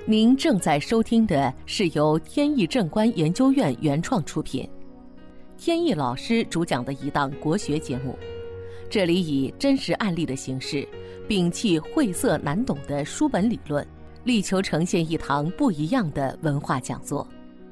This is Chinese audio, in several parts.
您正在收听的是由天意正观研究院原创出品，天意老师主讲的一档国学节目。这里以真实案例的形式，摒弃晦涩难懂的书本理论，力求呈现一堂不一样的文化讲座。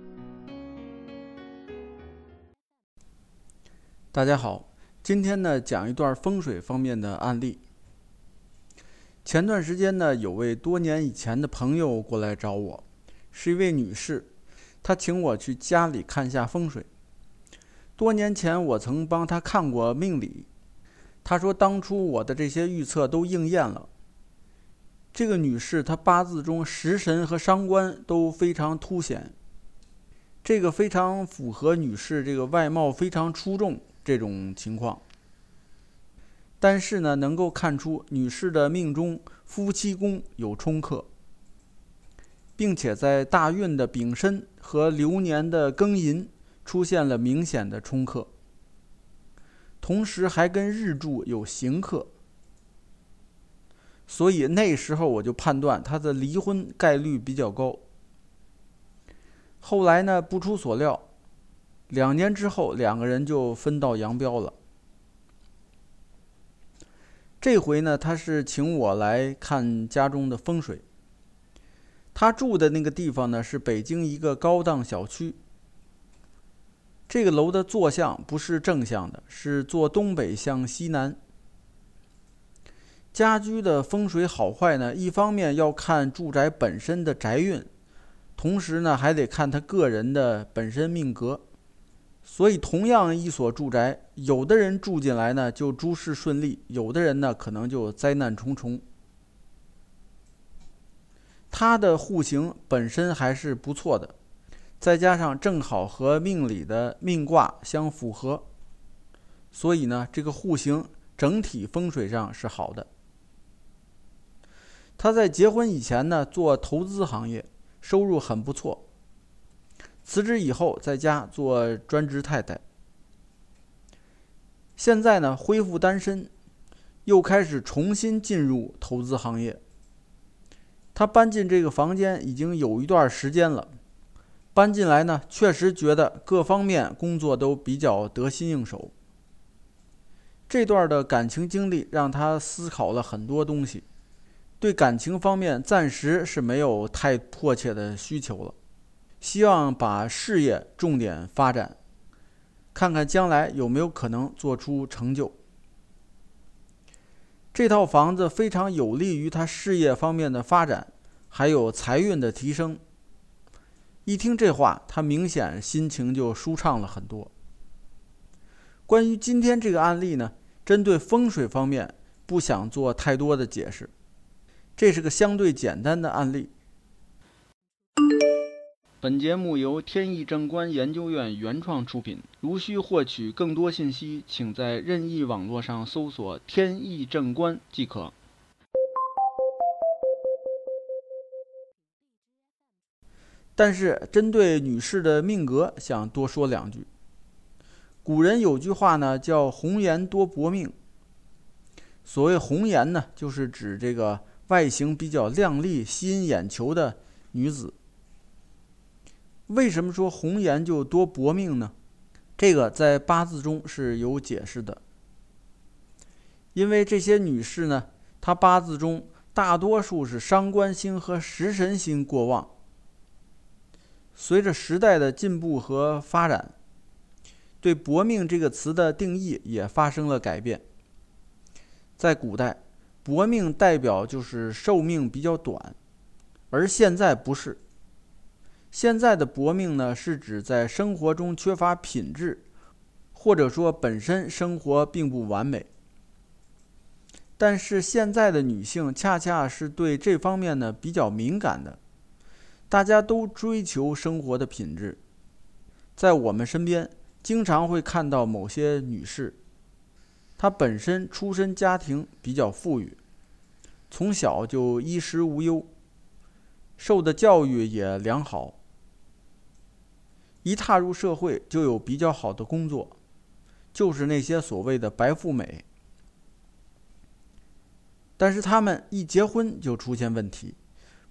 大家好，今天呢讲一段风水方面的案例。前段时间呢，有位多年以前的朋友过来找我，是一位女士，她请我去家里看下风水。多年前我曾帮她看过命理，她说当初我的这些预测都应验了。这个女士她八字中食神和伤官都非常凸显，这个非常符合女士这个外貌非常出众这种情况。但是呢，能够看出女士的命中夫妻宫有冲克，并且在大运的丙申和流年的庚寅出现了明显的冲克，同时还跟日柱有刑克，所以那时候我就判断她的离婚概率比较高。后来呢，不出所料，2年之后两个人就分道扬镳了。这回呢，他是请我来看家中的风水。他住的那个地方呢，是北京一个高档小区。这个楼的坐向不是正向的，是坐东北向西南。家居的风水好坏呢，一方面要看住宅本身的宅运，同时呢，还得看他个人的本身命格。所以同样一所住宅，有的人住进来呢就诸事顺利，有的人呢可能就灾难重重。他的户型本身还是不错的，再加上正好和命理的命卦相符合，所以呢这个户型整体风水上是好的。他在结婚以前呢做投资行业，收入很不错。辞职以后在家做专职太太，现在呢恢复单身，又开始重新进入投资行业。他搬进这个房间已经有一段时间了，搬进来呢确实觉得各方面工作都比较得心应手。这段的感情经历让他思考了很多东西，对感情方面暂时是没有太迫切的需求了，希望把事业重点发展，看看将来有没有可能做出成就。这套房子非常有利于他事业方面的发展，还有财运的提升。一听这话，他明显心情就舒畅了很多。关于今天这个案例呢，针对风水方面不想做太多的解释，这是个相对简单的案例。本节目由天意正观研究院原创出品，如需获取更多信息，请在任意网络上搜索天意正观即可。但是针对女士的命格，想多说两句。古人有句话呢，叫红颜多薄命。所谓红颜呢，就是指这个外形比较靓丽、吸引眼球的女子。为什么说红颜就多薄命呢？这个在八字中是有解释的。因为这些女士呢，她八字中大多数是伤官星和食神星过旺。随着时代的进步和发展，对薄命这个词的定义也发生了改变。在古代，薄命代表就是寿命比较短，而现在不是。现在的薄命呢，是指在生活中缺乏品质，或者说本身生活并不完美。但是现在的女性恰恰是对这方面呢比较敏感的，大家都追求生活的品质。在我们身边经常会看到某些女士，她本身出身家庭比较富裕，从小就衣食无忧，受的教育也良好，一踏入社会就有比较好的工作，就是那些所谓的白富美。但是他们一结婚就出现问题，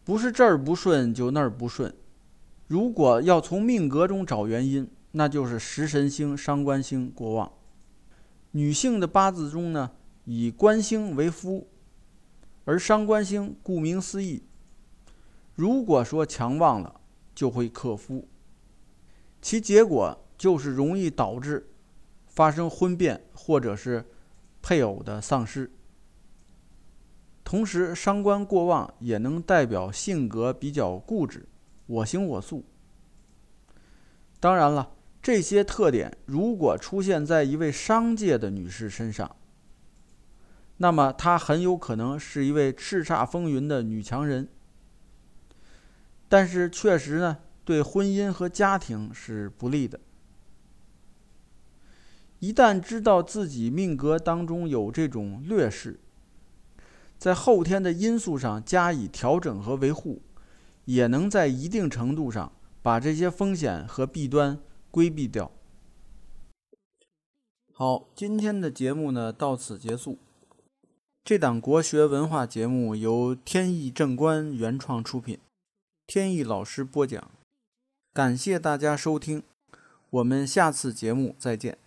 不是这儿不顺就那儿不顺。如果要从命格中找原因，那就是食神星、伤官星过旺。女性的八字中呢，以官星为夫，而伤官星顾名思义，如果说强旺了，就会克夫，其结果就是容易导致发生婚变或者是配偶的丧失。同时，伤官过旺也能代表性格比较固执，我行我素。当然了，这些特点如果出现在一位商界的女士身上，那么她很有可能是一位叱咤风云的女强人，但是确实呢，对婚姻和家庭是不利的。一旦知道自己命格当中有这种劣势，在后天的因素上加以调整和维护，也能在一定程度上把这些风险和弊端规避掉。好，今天的节目呢到此结束。这档国学文化节目由天意正观原创出品，天意老师播讲，感谢大家收听，我们下次节目再见。